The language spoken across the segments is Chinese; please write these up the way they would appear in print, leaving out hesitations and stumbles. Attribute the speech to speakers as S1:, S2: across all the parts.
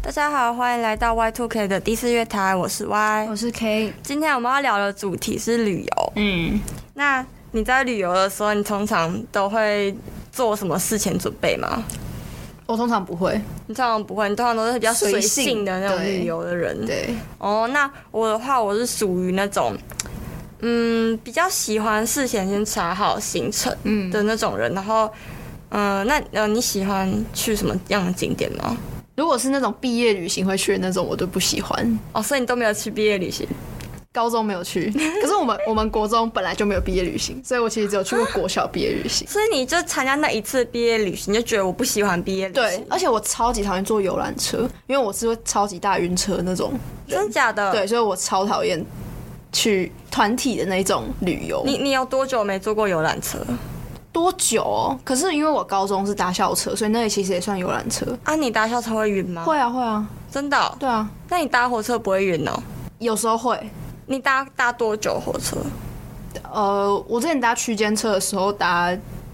S1: 大家好，欢迎来到 Y2K 的第4月台，我是 Y，
S2: 我是 K。
S1: 今天我们要聊的主题是旅游。那你在旅游的时候，你通常都会做什么事前准备吗？
S2: 我通常不会。
S1: 你通常不会，你通常都是比较随性的那种旅游的人。
S2: 对。
S1: 那我的话，我是属于那种比较喜欢事前先查好行程的那种人。然后那你喜欢去什么样的景点吗？
S2: 如果是那种毕业旅行会去的那种，我都不喜欢。
S1: 所以你都没有去毕业旅行？
S2: 高中没有去，可是我们国中本来就没有毕业旅行，所以我其实只有去过国小毕业旅行。
S1: 所以你就参加那一次毕业旅行，就觉得我不喜欢毕业旅行。
S2: 对，而且我超级讨厌坐游览车，因为我是会超级大晕车那种。
S1: 真的假的？
S2: 对，所以我超讨厌去团体的那种旅游。
S1: 你有多久没坐过游览车？
S2: 多久哦？可是因为我高中是搭校车，所以那里其实也算游览车
S1: 啊。你搭校车会晕吗？
S2: 会啊，会啊。
S1: 真的哦？对啊。那你搭火车不会晕哦？
S2: 有时候会。
S1: 你搭多久火车？
S2: 我之前搭区间车的时候搭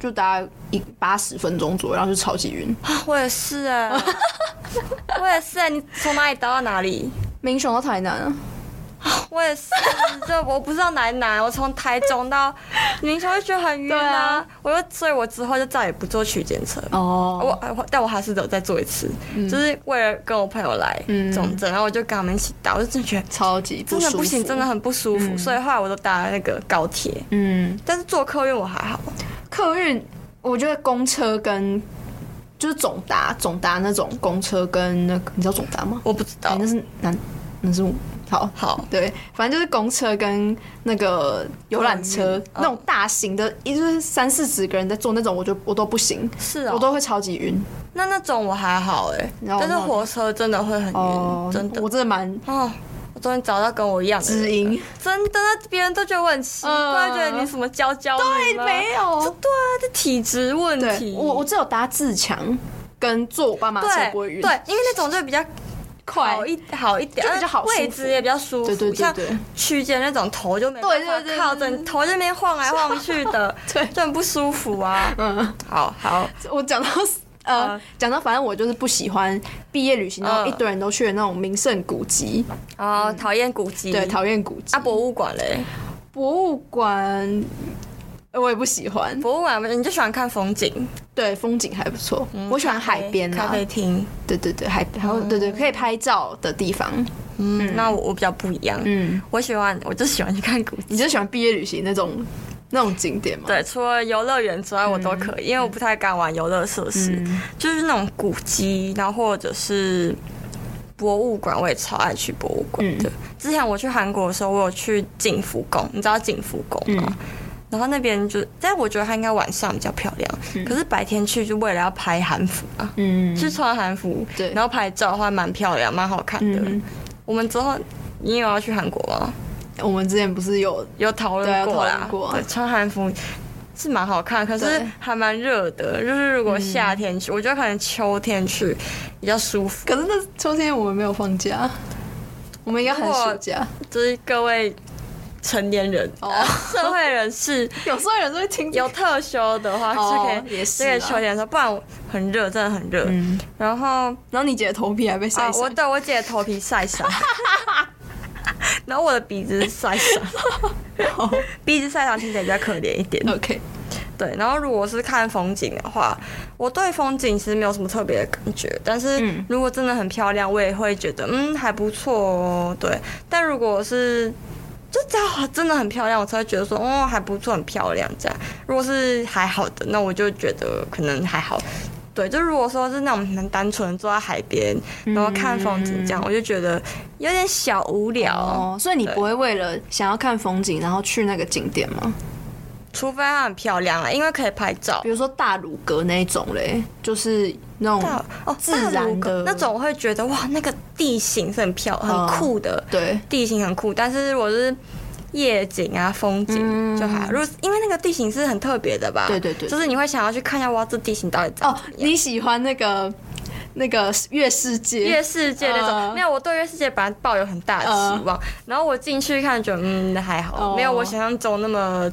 S2: 80分钟左右，然后就超级晕。
S1: 我也是哎，我也是哎。你从哪里搭到哪里？
S2: 民雄到台南啊。
S1: 我也是，我不知道哪里难。我从台中到民雄就觉得很晕啊。所以我之后就再也不坐区间车。但我还是得再坐一次，就是为了跟我朋友来中正，然后我就跟他们一起搭，我就真的觉得
S2: 超级不舒服，
S1: 真的不行，真的很不舒服。所以后来我都搭那个高铁。但是坐客运我还好。客运
S2: 我觉得公车跟就是总达那种公车跟那个，你知道总达吗？
S1: 我不知道，
S2: 那是好，对，反正就是公车跟那个游览车，那种大型的，就是30-40个人在坐那种，我都不行，
S1: 是
S2: 我都会超级晕。
S1: 那种我还好哎，但是火车真的会很晕，真的，
S2: 我真的蛮
S1: 我终于找到跟我一样的
S2: 知音，
S1: 真的，那别人都觉得我很奇怪，觉得你什么娇女吗？
S2: 对，没有，
S1: 对啊，这体质问题。
S2: 我只有搭自强跟坐我爸妈车不会晕，
S1: 对，因为那种就比较
S2: 快
S1: 好一点，
S2: 就比较好，
S1: 位置也比较舒服。对，像区间那种头就没办法靠着，头就那边晃来晃去的，对，就很不舒服啊。好，
S2: 我讲到反正我就是不喜欢毕业旅行那种一堆人都去的那种名胜古迹。
S1: 讨厌古迹。
S2: 对，讨厌古迹。
S1: 博物馆嘞？
S2: 博物馆我也不喜欢。
S1: 博物馆你就喜欢看风景？
S2: 对，风景还不错。我喜欢海边啊，
S1: 咖啡厅。
S2: 对，还有对可以拍照的地方。
S1: 那我比较不一样。我就喜欢去看古迹。
S2: 你就喜欢毕业旅行那种景点吗？
S1: 对，除了游乐园之外我都可以，因为我不太敢玩游乐设施，就是那种古迹，然后或者是博物馆，我也超爱去博物馆的。之前我去韩国的时候，我有去景福宫，你知道景福宫吗？然后那边但我觉得它应该晚上比较漂亮，可是白天去就为了要拍韩服啊，去穿韩服，对，然后拍照的话蛮漂亮，蛮好看的。我们之后你有要去韩国吗？
S2: 我们之前不是有
S1: 讨论过啦，对，穿韩服是蛮好看，可是还蛮热的。就是如果夏天去，我觉得可能秋天去比较舒服。
S2: 可是那秋天我们没有放假，我们应该很暑假。
S1: 就是各位成年人、社会人士，
S2: 有社会人士会听，
S1: 有特休的话是可以，这个秋天的时候，不然很热，真的很热。然后
S2: 你姐的头皮还被晒伤。
S1: 我姐的头皮晒伤。然后我的鼻子晒伤，鼻子晒伤听起来比较可怜一点。
S2: OK，
S1: 对。然后如果是看风景的话，我对风景其实没有什么特别的感觉，但是如果真的很漂亮，我也会觉得还不错哦。对。但如果是就只要真的很漂亮，我才会觉得说还不错，很漂亮这样。如果是还好的，那我就觉得可能还好。对，就如果说是那种很单纯坐在海边，然后看风景这样，我就觉得有点小无聊。
S2: 所以你不会为了想要看风景，然后去那个景点吗？
S1: 除非它很漂亮啦，因为可以拍照。
S2: 比如说大鲁阁那一种嘞，就是那种自然的
S1: 那种，我会觉得哇，那个地形是很很酷的，
S2: 对，
S1: 地形很酷。但是如果是夜景啊，风景就还好。因为那个地形是很特别的吧？
S2: 对，
S1: 就是你会想要去看一下，哇，这地形到底怎么样？
S2: 你喜欢那个月世界
S1: 那种？没有，我对月世界本来抱有很大的期望，然后我进去看，觉得还好，没有我想象中那么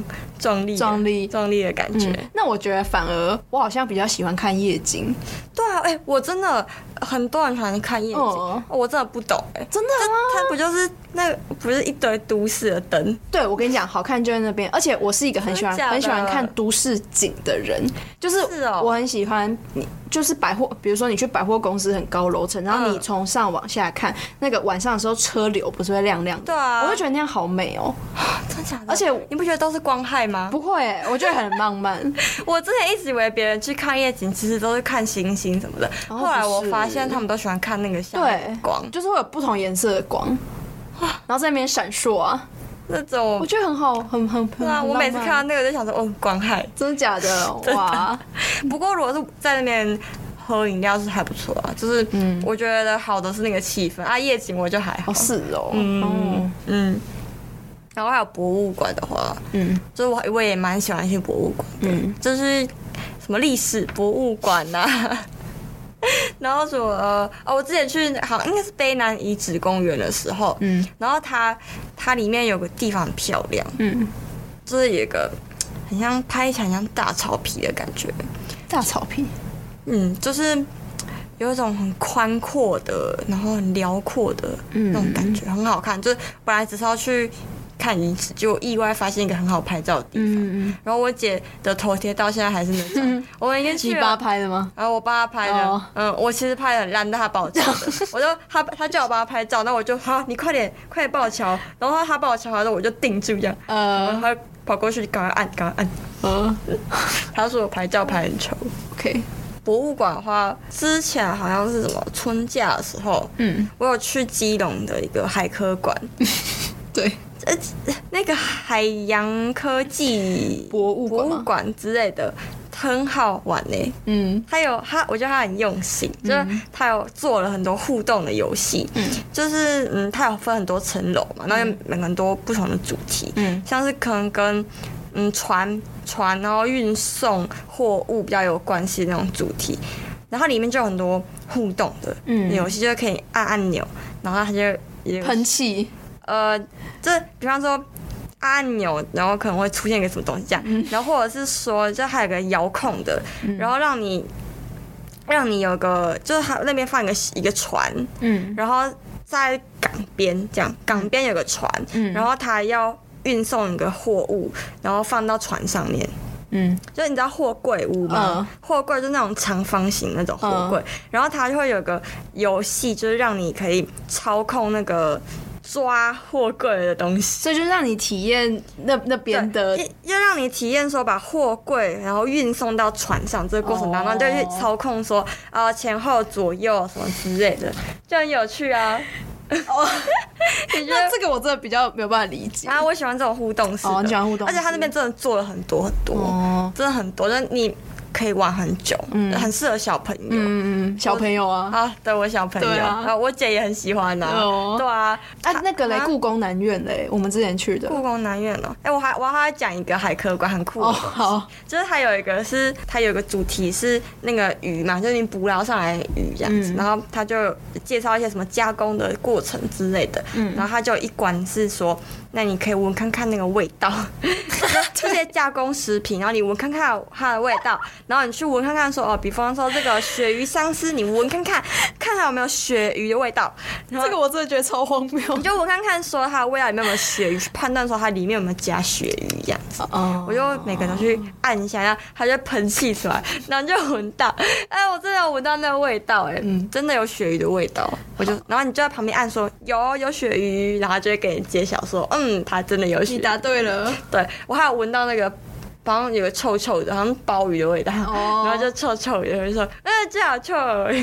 S1: 壮丽的感觉。
S2: 那我觉得反而我好像比较喜欢看夜景。
S1: 对啊， 我真的很多人喜欢看夜景，我真的不懂
S2: 真的吗？
S1: 它不就是不是一堆都市的灯？
S2: 对，我跟你讲，好看就在那边。而且我是一个很喜欢看都市景的人，就是我很喜欢就是百货，比如说你去百货公司很高楼层，然后你从上往下看，那个晚上的时候车流不是会亮亮的？
S1: 对啊，
S2: 我会觉得那样好美哦。
S1: 真的假的？
S2: 而且
S1: 你不觉得都是光害吗？
S2: 不会，我觉得很浪漫。
S1: 我之前一直以为别人去看夜景其实都是看星星什么的，后来我发现他们都喜欢看那个下面光，
S2: 就是会有不同颜色的光，然后在那边闪烁啊。
S1: 那种
S2: 我觉得很好，很
S1: 对啊！我每次看到那个就想说，哦，光害，
S2: 真的假的？哇！
S1: 不过如果是在那边喝饮料是还不错啊，就是我觉得好的是那个气氛啊，夜景我就还好。
S2: 是哦，
S1: 然后还有博物馆的话，就是我也蛮喜欢去博物馆的，就是什么历史博物馆啊。然后什么我之前去应该是卑南遗址公园的时候，然后它里面有个地方很漂亮，就是有一个很像拍起来像大草皮的感觉，
S2: 大草皮，
S1: 就是有一种很宽阔的，然后很辽阔的那种感觉，很好看。就是本来只是要去看遗址，就意外发现一个很好拍照的地方。然后我姐的头贴到现在还是那张，我们已经去了。
S2: 你爸拍的吗？
S1: 然后我帮她拍的，我其实拍的很烂，但她帮我照的。我就她叫我帮她拍照，那我就好，你快点帮我瞧。然后她帮我瞧完之后，我就定住这样。然后她跑过去赶快按。她说我拍照拍很丑。
S2: OK。
S1: 博物馆的话，之前好像是什么春假的时候，我有去基隆的一个海科馆。
S2: 对。
S1: 那个海洋科技
S2: 博物
S1: 馆之类的很好玩呢。我觉得他很用心，就是他有做了很多互动的游戏，就是他有分很多层楼嘛，然后有很多不同的主题，像是可能跟船然后运送货物比较有关系的那种主题，然后里面就有很多互动的游戏，就是可以按按钮，然后它就
S2: 喷气。
S1: 就是比方说按钮，然后可能会出现一个什么东西这样，然后或者是说，就还有个遥控的，然后让你有个，就是它那边放一个船，然后在港边这样，港边有个船，然后它要运送一个货物，然后放到船上面。就是你知道货柜屋吗？货柜就是那种长方形那种货柜，然后它就会有个游戏，就是让你可以操控那个抓货柜的东西，
S2: 所以就让你体验那边的，
S1: 要让你体验说把货柜然后运送到船上这个过程当中，就去操控说前后左右什么之类的，就很有趣啊。
S2: 那这个我真的比较没有办法理解
S1: 我喜欢这种互动式的，
S2: 你喜欢互动式，
S1: 而且他那边真的做了很多很多，真的很多，就是你可以玩很久，很适合小朋友。
S2: 小朋友啊，
S1: 对，我小朋友，我姐也很喜欢对啊。
S2: 那个嘞，故宫南院嘞，我们之前去的
S1: 故宫南院哦。我还要讲一个海科馆很酷的
S2: 好，
S1: 就是它有一个主题是那个鱼嘛，就是你捕捞上来的鱼这样子，然后它就介绍一些什么加工的过程之类的，然后它就有一关是说，那你可以闻看看那个味道，这些加工食品，然后你闻看看它的味道，然后你去闻看看说比方说这个鳕鱼香丝，你闻看看它有没有鳕鱼的味道。
S2: 这个我真的觉得超荒谬。
S1: 你就闻看看说它的味道里面有没有鳕鱼，去判断说它里面有没有加鳕鱼这样子。我就每个人都去按一下，然后它就喷气出来，然后就闻到，我真的有闻到那个味道，真的有鳕鱼的味道。然后你就在旁边按说有鳕鱼，然后就会给你揭晓说它真的有鳕鱼。
S2: 你答对了。
S1: 对，我还有闻到那个好像有个臭臭的，好像鲍鱼的味道，然后就臭臭的，就说这好臭。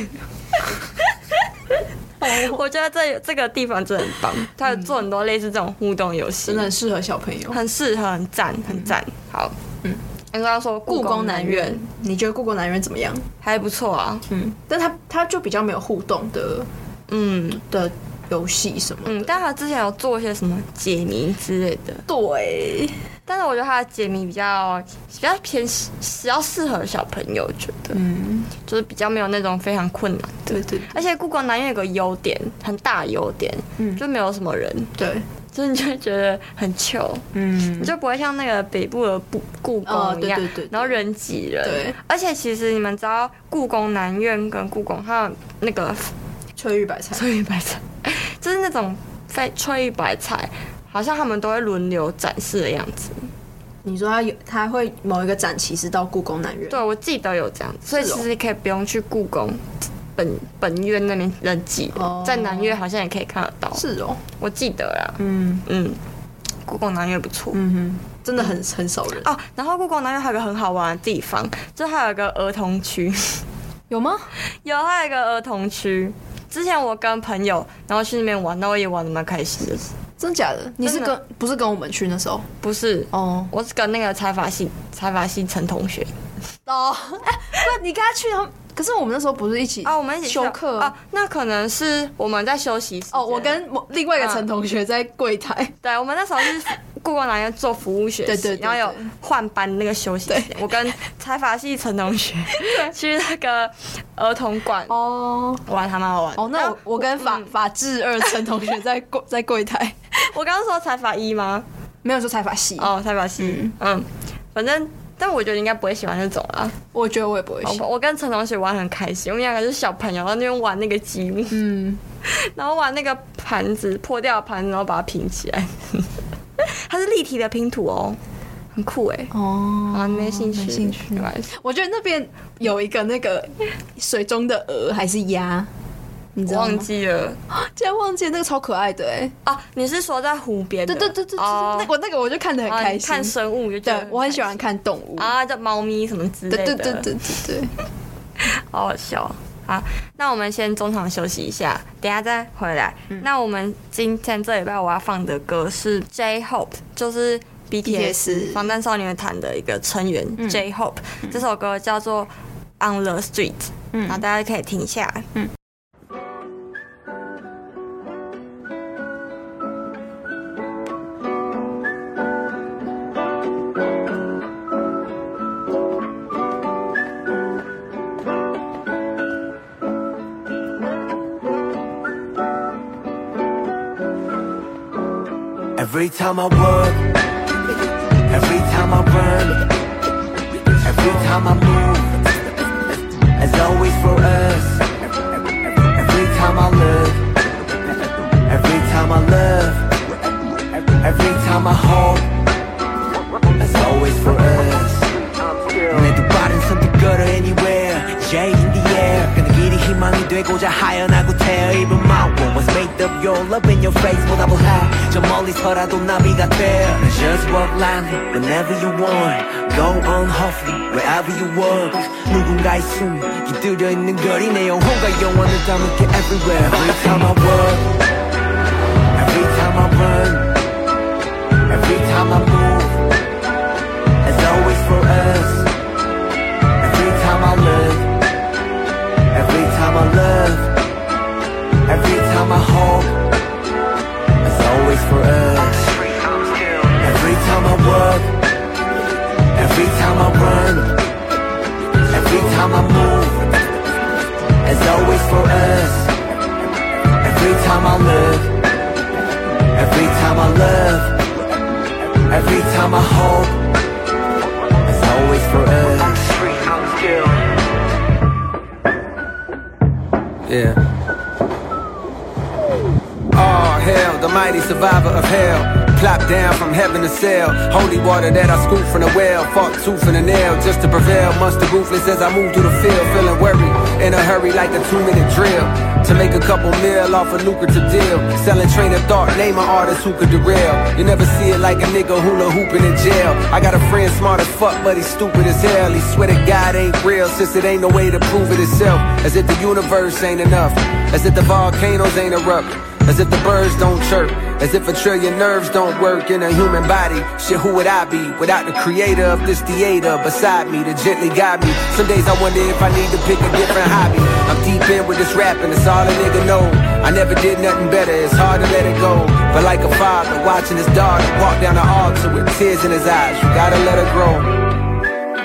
S1: 我觉得这个地方真的很棒，它有做很多类似这种互动游戏，
S2: 真的很适合小朋友，
S1: 很适合，很赞，很赞。好，刚刚说
S2: 故宫南院，你觉得故宫南院怎么样？
S1: 还不错啊，
S2: 但它就比较没有互动的，的游戏什么的，
S1: 但他之前有做一些什么解谜之类的，
S2: 对。
S1: 但是我觉得他的解谜比较偏比较适合小朋友，觉得，就是比较没有那种非常困难的。
S2: 对。
S1: 而且故宫南院有个优点，很大的优点，就没有什么人。
S2: 对。
S1: 就是你就会觉得很糗，你就不会像那个北部的故宫一样，
S2: 对，
S1: 然后人挤人。
S2: 对，
S1: 而且其实你们知道，故宫南院跟故宫还有那个
S2: 翠玉白菜，
S1: 就是那种翠玉白菜，好像他们都会轮流展示的样子。
S2: 你说他会某一个展期是到故宫南院？
S1: 对，我记得有这样子，所以其实你可以不用去故宫本院那边人挤，在南院好像也可以看得到。
S2: 是哦，
S1: 我记得啦。故宫南院不错。
S2: 真的很少人
S1: 哦。然后故宫南院还有个很好玩的地方，就还有一个儿童区。
S2: 有吗？
S1: 有，还有一个儿童区。之前我跟朋友然后去那边玩，那我也玩得蛮开心的。
S2: 真假的？你是不是跟我们去那时候？
S1: 不是哦，我是跟那个财法系陈同学。
S2: 哦，不，你跟他去，可是我们那时候不是一起
S1: 我们一起
S2: 修课
S1: 啊？那可能是我们在休息时间。
S2: 我跟另外一个陈同学在柜台。
S1: 对，我们那时候是故宫南院做服务学习，
S2: 对，
S1: 然后有换班那个休息时间。我跟财法系陈同学去那个儿童馆玩，还蛮好玩。
S2: 那我跟法制2陈同学在柜台。
S1: 我刚刚说财法1吗？
S2: 没有说财法系。
S1: 财法系。反正。但我觉得应该不会喜欢那种啊。
S2: 我觉得我也不会喜欢。
S1: 我跟陈同学玩很开心，我们两个是小朋友，在那边玩那个积木，然后玩那个盘子，破掉的盘子，然后把它拼起来。它是立体的拼图哦，很酷哎。没兴趣。
S2: 我觉得那边有一个那个水中的鹅还是鸭。你
S1: 忘记了，
S2: 竟然忘记了，那个超可爱的
S1: 你是说在湖边的？
S2: 对，那个我就看得很开心。
S1: 看生物就觉得，
S2: 对，我很喜欢看动物
S1: 叫猫咪什么之类的。
S2: 对，
S1: 好好笑。好，那我们先中场休息一下，等一下再回来。那我们今天这礼拜我要放的歌是 J-Hope， 就是 BTS 防弹少年团的一个成员 J-Hope。这首歌叫做 On the Street， 然后大家可以听一下。
S3: Every time I work, every time I run, every time I move, it's always for us. Every time I look, every time I love, every time I hope, it's always for us. 내도 빠른 선택걸어 anywhere, J in the air. 그는 길이 희망이 되고자 하연하고 태어 입은 my world was made of your love in your face 보다 보하 저 멀리서라도 나비가 돼. Just walk loudly whenever you want. Go on hopefully wherever you walk. 누군가의 숨이 깃들여 있는 거리 내 영혼과 영원을 담을게 everywhere. Every time I walk, every time I run, every time I move, it's always for us. Every time I look, every time I love, every time I hope, it's always for us. Every time I walk, every time I run, every time I move, it's always for us. Every time I look, every time I love, every time I hope, it's always for us. Yeah. Oh hell, the mighty survivor of hell. Plopped down from heaven to sail. Holy water that I scooped from the well. Fought tooth and a nail just to prevail. Monster ruthless as I move through the field. Feeling worried, in a hurry like a 2-minute drill. To make a couple mil off a lucrative deal. Selling train of thought, name an artist who could derail. You never see it like a nigga hula hooping in jail. I got a friend smart as fuck but he's stupid as hell. He swear that God ain't real since it ain't no way to prove it itself. As if the universe ain't enough. As if the volcanoes ain't erupt. As if the birds don't chirp. As if a trillion nerves don't work in a human body. Shit, who would I be without the creator of this theater beside me to gently guide me? Some days I wonder if I need to pick a different hobby. I'm deep in with this rapping, it's all a nigga know. I never did nothing better, it's hard to let it go. But like a father watching his daughter walk down the altar with tears in his eyes, you gotta let her grow.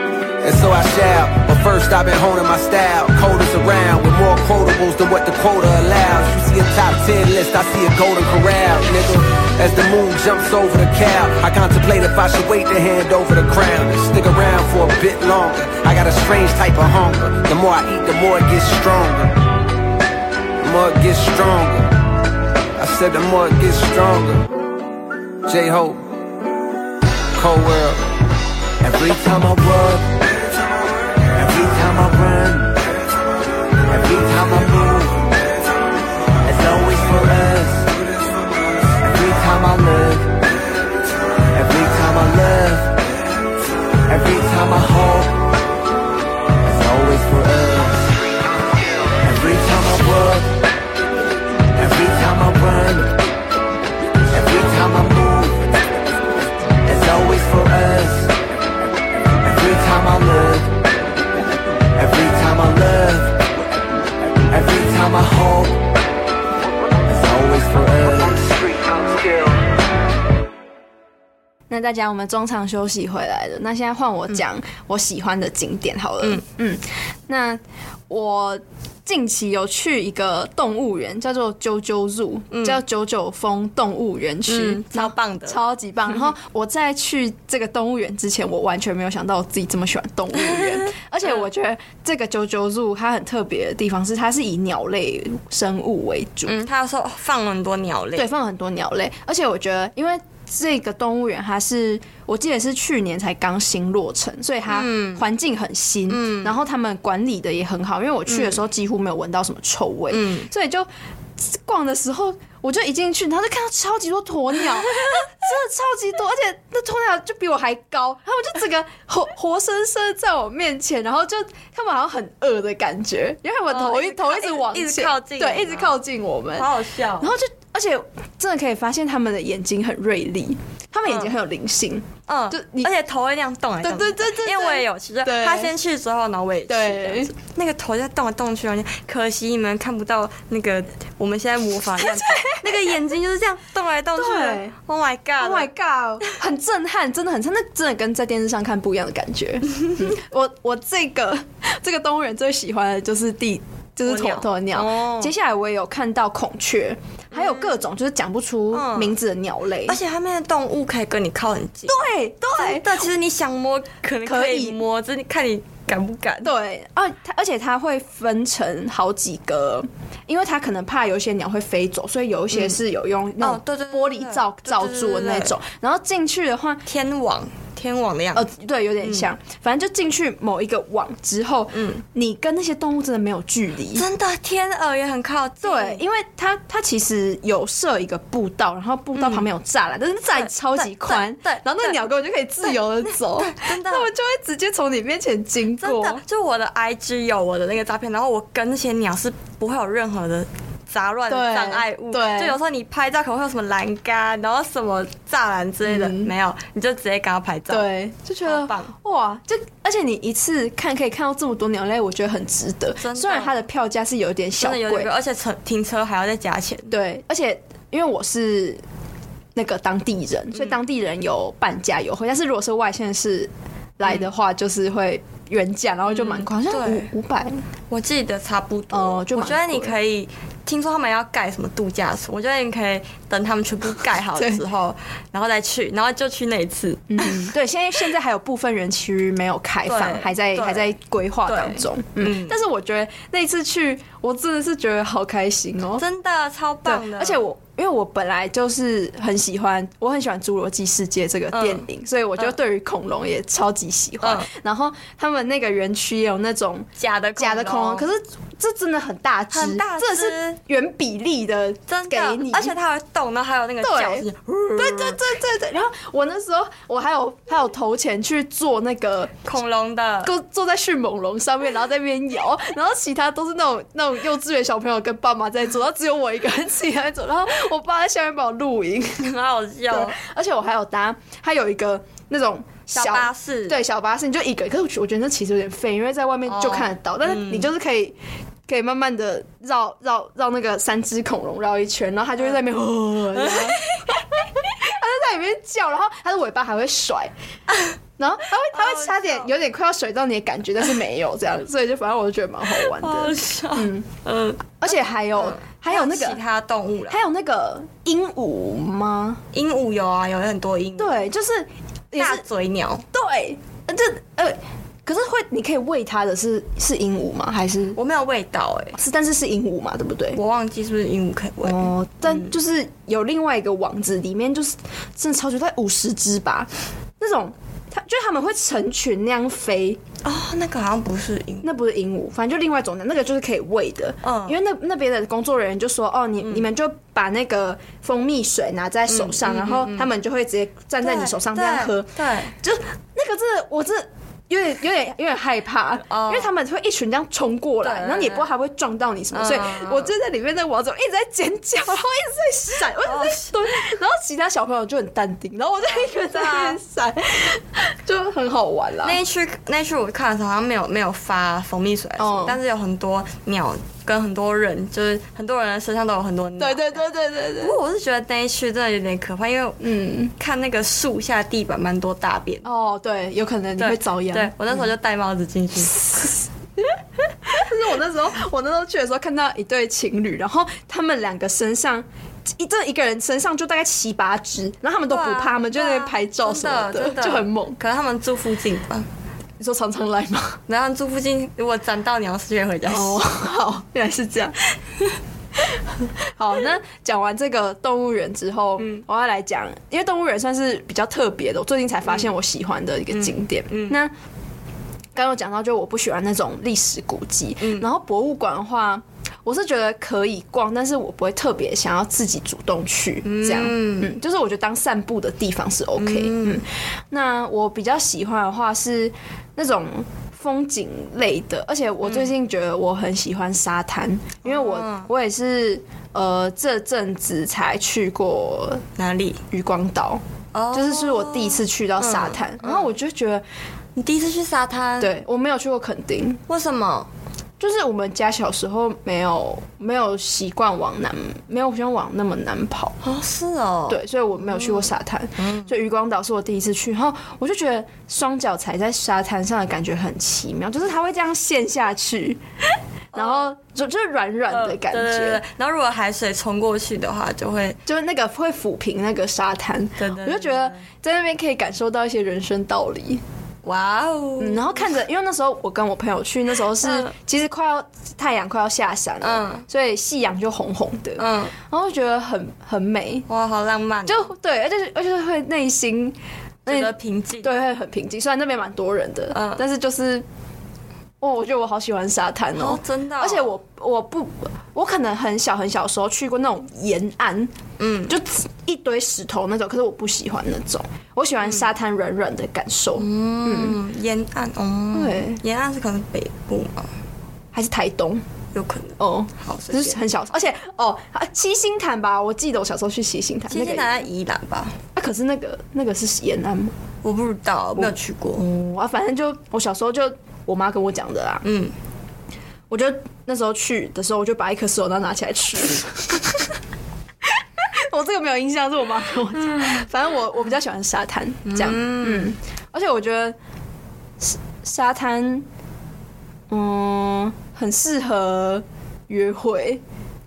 S3: and so I shall. But first I've been honing my style. Coders around with more quotables than what the quota allows. You see a top 10 list, I see a golden corral, nigga. As the moon jumps over the cow, I contemplate if I should wait to hand over the crown and stick around for a bit longer. I got a strange type of hunger. The more I eat, the more it gets stronger. The more it gets stronger. I said the more it gets stronger. J-Hope, Cold World. Every time I work, every time I run, every time I move, it's always for us. Every time I live, every time I live, every time I hope, it's always for us. Every time I work, every time I run, every time I move, it's always for us. Every time I live, every time I live, every time I hope, it's always for us.
S2: 那大家，我们中场休息回来了。那现在换我讲我喜欢的景点好了。那我近期有去一个动物园，叫做JoJo Zoo，叫九九峰动物园区，
S1: 超棒的，
S2: 超级棒。然后我在去这个动物园之前，我完全没有想到我自己这么喜欢动物园，而且我觉得这个JoJo Zoo它很特别的地方是，它是以鸟类生物为主。
S1: 它说放了很多鸟类，
S2: 对，放了很多鸟类，而且我觉得因为这个动物园它是我记得是去年才刚新落成，所以它环境很新，然后他们管理的也很好，因为我去的时候几乎没有闻到什么臭味，所以就逛的时候我就一进去，然后就看到超级多鸵鸟，真的超级多，而且那鸵鸟就比我还高，他们就整个活生生在我面前，然后就他们好像很饿的感觉，因为他们头一直往前，
S1: 一直靠近，
S2: 对，一直靠近我们，
S1: 好好笑，
S2: 然后就。而且真的可以发现他们的眼睛很锐利，他们眼睛很有灵性，
S1: 就而且头会那样动来动去，对，因为我也有去，就他先去之后，然后我也去，那个头在动来动去，可惜你们看不到那个我们现在模仿的样子，那个眼睛就是这样动来动去的 ，Oh my God，Oh
S2: my God， 很震撼，真的很震撼，那真的跟在电视上看不一样的感觉。我这个动物园最喜欢的就是鸵鸟，接下来我也有看到孔雀，还有各种就是讲不出名字的鸟类，
S1: 而且它们的动物可以跟你靠很近。
S2: 对，
S1: 但其实你想摸可能可以摸，只是看你敢不敢。
S2: 对，而且它会分成好几个，因为它可能怕有一些鸟会飞走，所以有一些是有用那种玻璃罩住的那种。然后进去的话，天网的样子，对，有点像。反正就进去某一个网之后，你跟那些动物真的没有距离，
S1: 真的，天鹅也很靠近。
S2: 对，因为它其实有设一个步道，然后步道旁边有栅栏，但是栅栏超级宽，对，然后那个鸟根本就可以自由的走，真的，它们就会直接从你面前经过。
S1: 真的，就我的 IG 有我的那个照片，然后我跟那些鸟是不会有任何的杂乱的障碍物，对，就有时候你拍照可能会有什么栏杆，然后什么栅栏之类的，没有，你就直接跟他拍照，
S2: 对，就觉得哇，就而且你一次可以看到这么多鸟类，我觉得很值得。虽然它的票价是有点小贵，
S1: 而且停车还要再加钱，
S2: 对，而且因为我是那个当地人，所以当地人有半价优惠，但是如果是外县市来的话，就是会原价，然后就蛮贵，好像500，
S1: 我记得差不多。我觉得你可以，听说他们要盖什么度假村，我觉得你可以等他们全部盖好之后，然后再去，然后就去那一次。
S2: 对，现在还有部分园区没有开放，还在规划当中。但是我觉得那一次去，我真的是觉得好开心哦，
S1: 真的超棒的，
S2: 而且因为我本来就是很喜欢《侏罗纪世界》这个电影，所以我就对于恐龙也超级喜欢。然后他们那个园区也有那种假的恐龙，可是这真的很大只，真的是原比例的给你，
S1: 而且它会动，然后还有那个脚是，
S2: 对。然后我那时候我还有投钱去做那个
S1: 恐龙的，
S2: 坐在迅猛龙上面，然后在那边摇，然后其他都是那种幼稚园小朋友跟爸妈在做，然后只有我一个人自己在做，然后我爸在下面帮我录影，
S1: 很好笑。
S2: 而且我还有搭，它有一个那种
S1: 小巴士，
S2: 对，小巴士你就一个，可是我觉得那其实有点废，因为在外面就看得到，但是你就是可以慢慢的绕那个3只恐龙绕一圈，然后它就会在那边它就在里面叫，然后它的尾巴还会甩。 然后它会差点有点快要水到你的感觉，但是没有这样，所以就反正我就觉得蛮好玩的。而且还有那个
S1: 其他动物啦，
S2: 还有那个鹦鹉吗？
S1: 鹦鹉有啊，有很多鹦鹉。
S2: 对，就是
S1: 大嘴鸟。
S2: 对，可是你可以喂它的是鹦鹉吗？还是
S1: 我没有喂到
S2: 但是鹦鹉嘛，对不对？
S1: 我忘记是不是鹦鹉可以喂
S2: 哦。但就是有另外一个网子，里面就是真的超级大概50只吧，那种他们会成群那样飞。
S1: 哦，那个好像不是鹦鹉，
S2: 那不是鹦鹉，反正就另外一种的，那个就是可以喂的。因为那边的工作人员就说，你们就把那个蜂蜜水拿在手上，然后他们就会直接站在你手上这样喝。
S1: 对，
S2: 就那个真的，我真的。有点害怕，因为他们会一群这样冲过来，然后你也不知道他会撞到你什么，所以我就在里面那个网子一直在尖叫，然后一直在闪，我一直在蹲，然后其他小朋友就很淡定，然后我就一个人在那边闪，就很好玩啦。
S1: 那一区我看的时候好像没有发蜂蜜水，但是有很多鸟跟很多人，就是很多人的身上都有很多鸟。
S2: 对。
S1: 不过我是觉得那一区真的有点可怕，因为看那个树下地板蛮多大便。
S2: 哦，对，有可能你会遭殃。
S1: 对，我那时候就戴帽子进去。
S2: 但是我那时候去的时候看到一对情侣，然后他们两个身上一个人身上就大概7、8只，然后他们都不怕，他们就在那边拍照什么的，就很猛。
S1: 可能他们住附近吧。
S2: 你说常常来吗？
S1: 然后住附近，如果沾到你要4月回家。
S2: 哦，好，原来是这样。好，那讲完这个动物园之后，我要来讲，因为动物园算是比较特别的，我最近才发现我喜欢的一个景点。那刚刚有讲到，就我不喜欢那种历史古迹，然后博物馆的话，我是觉得可以逛，但是我不会特别想要自己主动去这样。就是我觉得当散步的地方是 OK。那我比较喜欢的话是那种风景类的，而且我最近觉得我很喜欢沙滩，因为我也是这阵子才去过
S1: 哪里？
S2: 渔光岛，就是我第一次去到沙滩，然后我就觉得
S1: 你第一次去沙滩？
S2: 对，我没有去过垦丁。
S1: 为什么？
S2: 就是我们家小时候没有习惯没有往那么南跑。
S1: 是哦。
S2: 对，所以我没有去过沙滩。所以渔光岛是我第一次去，然后我就觉得双脚踩在沙滩上的感觉很奇妙，就是它会这样陷下去，然后就是软软的感觉。
S1: 对。然后如果海水冲过去的话，
S2: 就是那个会抚平那个沙滩。
S1: 对。
S2: 我就觉得在那边可以感受到一些人生道理。
S1: 哇哦！
S2: 然后看着，因为那时候我跟我朋友去，那时候是其实太阳快要下山了，所以夕阳就红红的，然后就觉得很美。
S1: 哇，好浪漫！
S2: 就对，而且会内心
S1: 觉得平静，
S2: 对，会很平静。虽然那边蛮多人的，但是就是我觉得我好喜欢沙滩哦，
S1: 真的。
S2: 而且我可能很小的时候去过那种沿岸，就一堆石头那种，可是我不喜欢那种，我喜欢沙滩软软的感受。
S1: 沿岸，对，沿岸是可能北部吗？
S2: 还是台东？
S1: 有可能好，
S2: 就是很小，而且七星潭吧，我记得我小时候去七星潭，
S1: 七星潭在宜兰吧？
S2: 可是那个是沿岸吗？
S1: 我不知道，没有去过。
S2: 反正就我小时候就我妈跟我讲的啦。我就那时候去的时候，我就把一颗石头拿起来吃。我这个没有印象，是我妈跟我讲。反正我比较喜欢沙滩这样。而且我觉得沙滩，很适合约会。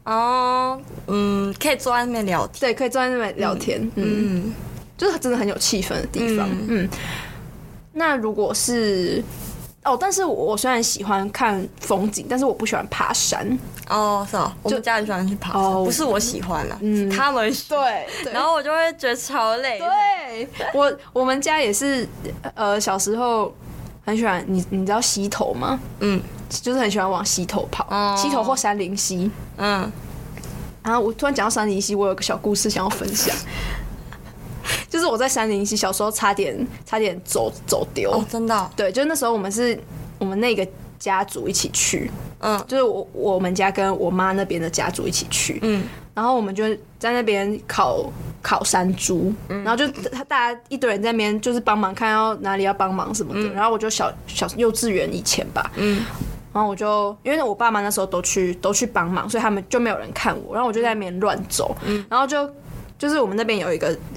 S1: 可以坐在那边聊天。
S2: 对，可以坐在那边聊天。就是真的很有气氛的地方。那如果是但是我虽然喜欢看风景，但是我不喜欢爬山。
S1: 是哦，我们家很喜欢去爬山，不是我喜欢啦，他们
S2: 对，
S1: 然后我就会觉得超累。
S2: 对，我们家也是，小时候很喜欢，你知道溪头吗？就是很喜欢往溪头跑，溪头或山林溪。然后我突然讲到山林溪，我有个小故事想要分享。就是我在山林溪小时候差点走丢。
S1: 真的？
S2: 对，就是那时候我们那个家族一起去，就是我们家跟我妈那边的家族一起去，然后我们就在那边烤山猪，然后就大家一堆人在那边就是帮忙看要哪里要帮忙什么的，然后我就小幼稚园以前吧，然后我就因为我爸妈那时候都去帮忙，所以他们就没有人看我，然后我就在那边乱走，然后就是我们那边有一个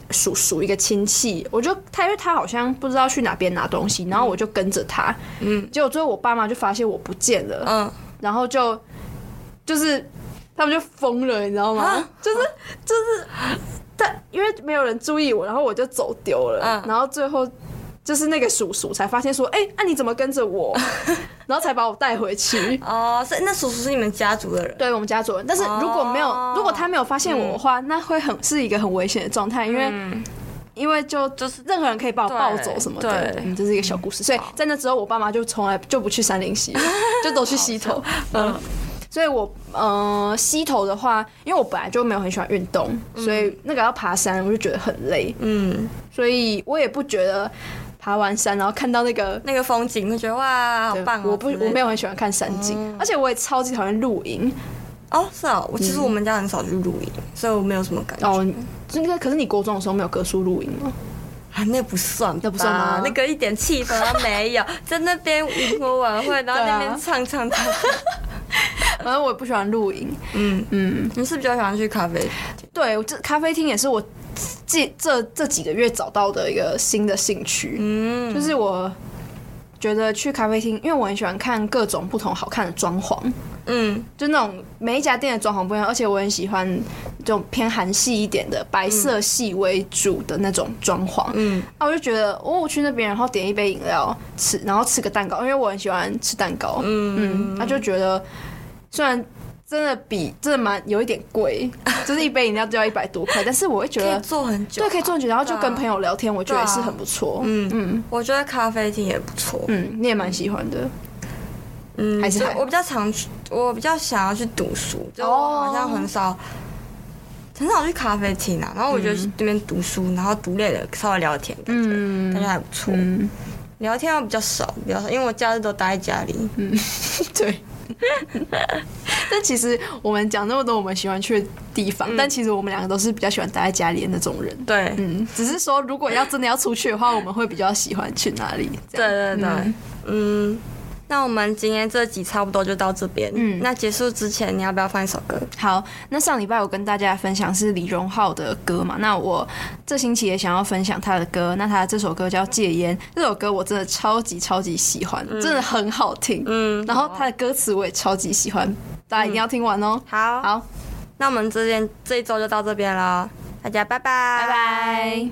S2: 叔叔一个亲戚，因为他好像不知道去哪边拿东西，然后我就跟着他，结果最后我爸妈就发现我不见了，然后就是他们就疯了，你知道吗？就是但因为没有人注意我，然后我就走丢了，然后最后就是那个叔叔才发现说，你怎么跟着我？然后才把我带回去。
S1: 所以那叔叔是你们家族的人？
S2: 对，我们家族人。但是如果他没有发现我的话，那会是一个很危险的状态，因为就是任何人可以把我抱走什么的。这是一个小故事。所以在那之后，我爸妈就从来就不去杉林溪了，就都去溪头。所以我溪头的话，因为我本来就没有很喜欢运动，所以那个要爬山我就觉得很累。所以我也不觉得爬完山然后看到那个
S1: 风景，会觉得哇好棒
S2: 我没有很喜欢看山景，而且我也超级讨厌露营。
S1: 是啊，其实我们家很少去露营，所以我没有什么感觉。
S2: 可是你国中的时候没有隔宿露营吗？
S1: 那不算，
S2: 吗？
S1: 那个一点气氛都没有，在那边萤火晚会，然后那边唱。
S2: 反正我也不喜欢露营。
S1: 你是比较喜欢去咖啡厅？
S2: 对，咖啡厅也是我这几个月找到的一个新的兴趣。就是我觉得去咖啡厅，因为我很喜欢看各种不同好看的装潢。就那种每一家店的装潢不一样，而且我很喜欢这种偏韩系一点的白色系为主的那种装潢。我就觉得我去那边，然后点一杯饮料吃，然后吃个蛋糕，因为我很喜欢吃蛋糕。他就觉得虽然真的蛮有一点贵，就是一杯饮料就要100多块，但是我会觉得
S1: 可以坐很久，
S2: 对，可以坐很久，然后就跟朋友聊天，我觉得也是很不错。
S1: 我觉得咖啡厅也不错。
S2: 你也蛮喜欢的。还是
S1: 我比较想要去读书，就我好像很少去咖啡厅啊。然后我觉得去那边读书，然后读累了稍微聊天，感觉还不错。聊天比较少，因为我假日都待在家里。
S2: 对。但其实我们讲那么多我们喜欢去的地方，但其实我们两个都是比较喜欢待在家里的那种人。
S1: 对，
S2: 只是说如果真的要出去的话，我们会比较喜欢去哪里？
S1: 对，那我们今天这集差不多就到这边。那结束之前，你要不要放一首歌？
S2: 好，那上礼拜我跟大家分享是李荣浩的歌嘛，那我这星期也想要分享他的歌。那他的这首歌叫《戒烟》，这首歌我真的超级超级喜欢，真的很好听。然后他的歌词我也超级喜欢，大家一定要听完哦。
S1: 好，那我们这一周就到这边了，大家拜拜，
S2: 拜拜。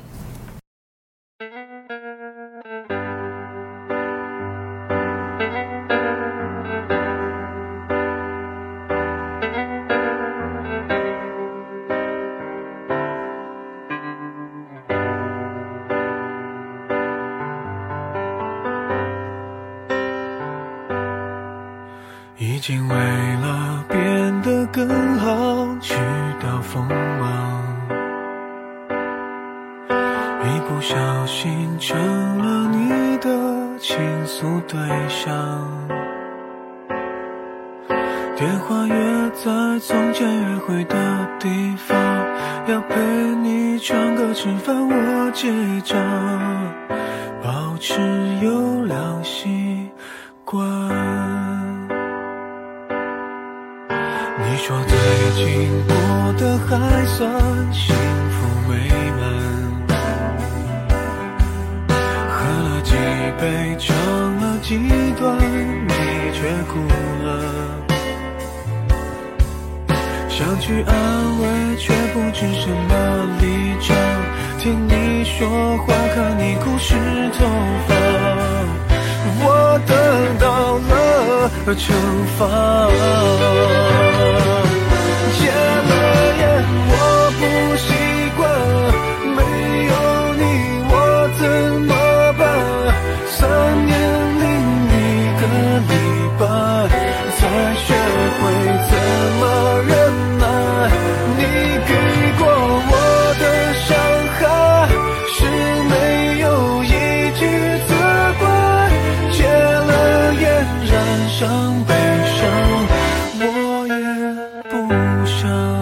S4: 已经为了变得更好去到锋芒，一不小心成了你的倾诉对象，电话约在从前约会的地方，要陪你唱歌吃饭我结账，保持优良习惯。你说最近过得还算幸福美满，喝了几杯唱了几段，你却哭了，想去安慰却不知什么立场，听你说话看你哭湿头发，我得到了惩罚。戒了烟我不习惯，没有你我怎么办？3年零1个礼拜才学会怎么忍耐，你给过我的伤害是没有一句责怪，戒了烟染上悲伤我也不想。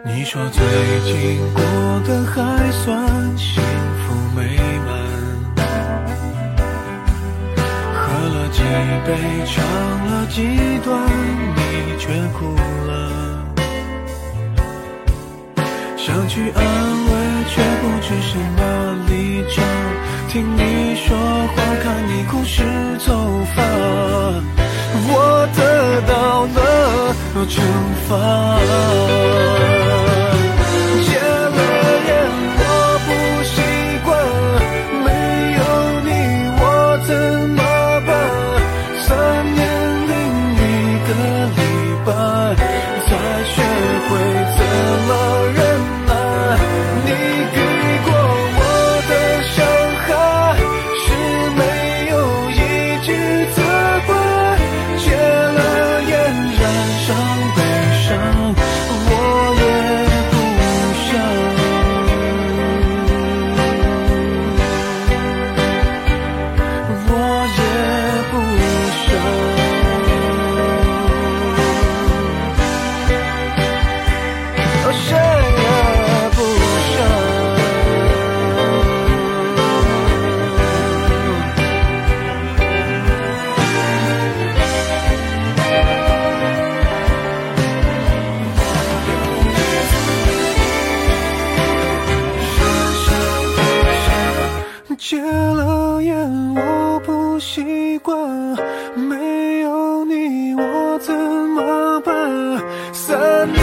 S4: 你说最近过得还算幸福美满，喝了几杯，唱了几段，你却哭了。想去安慰，却不知什么立场，听你说话，看你故事走法，我得到了惩罚。戒了烟，我不习惯，没有你我怎么办？3年零1个礼拜，才学会怎么忍耐。你给过我的伤害，是没有一句责怪。戒了烟，染上悲伤，我也不想。我也不想。谁也不想。戒了烟，我不习惯，没有你我怎么办？3年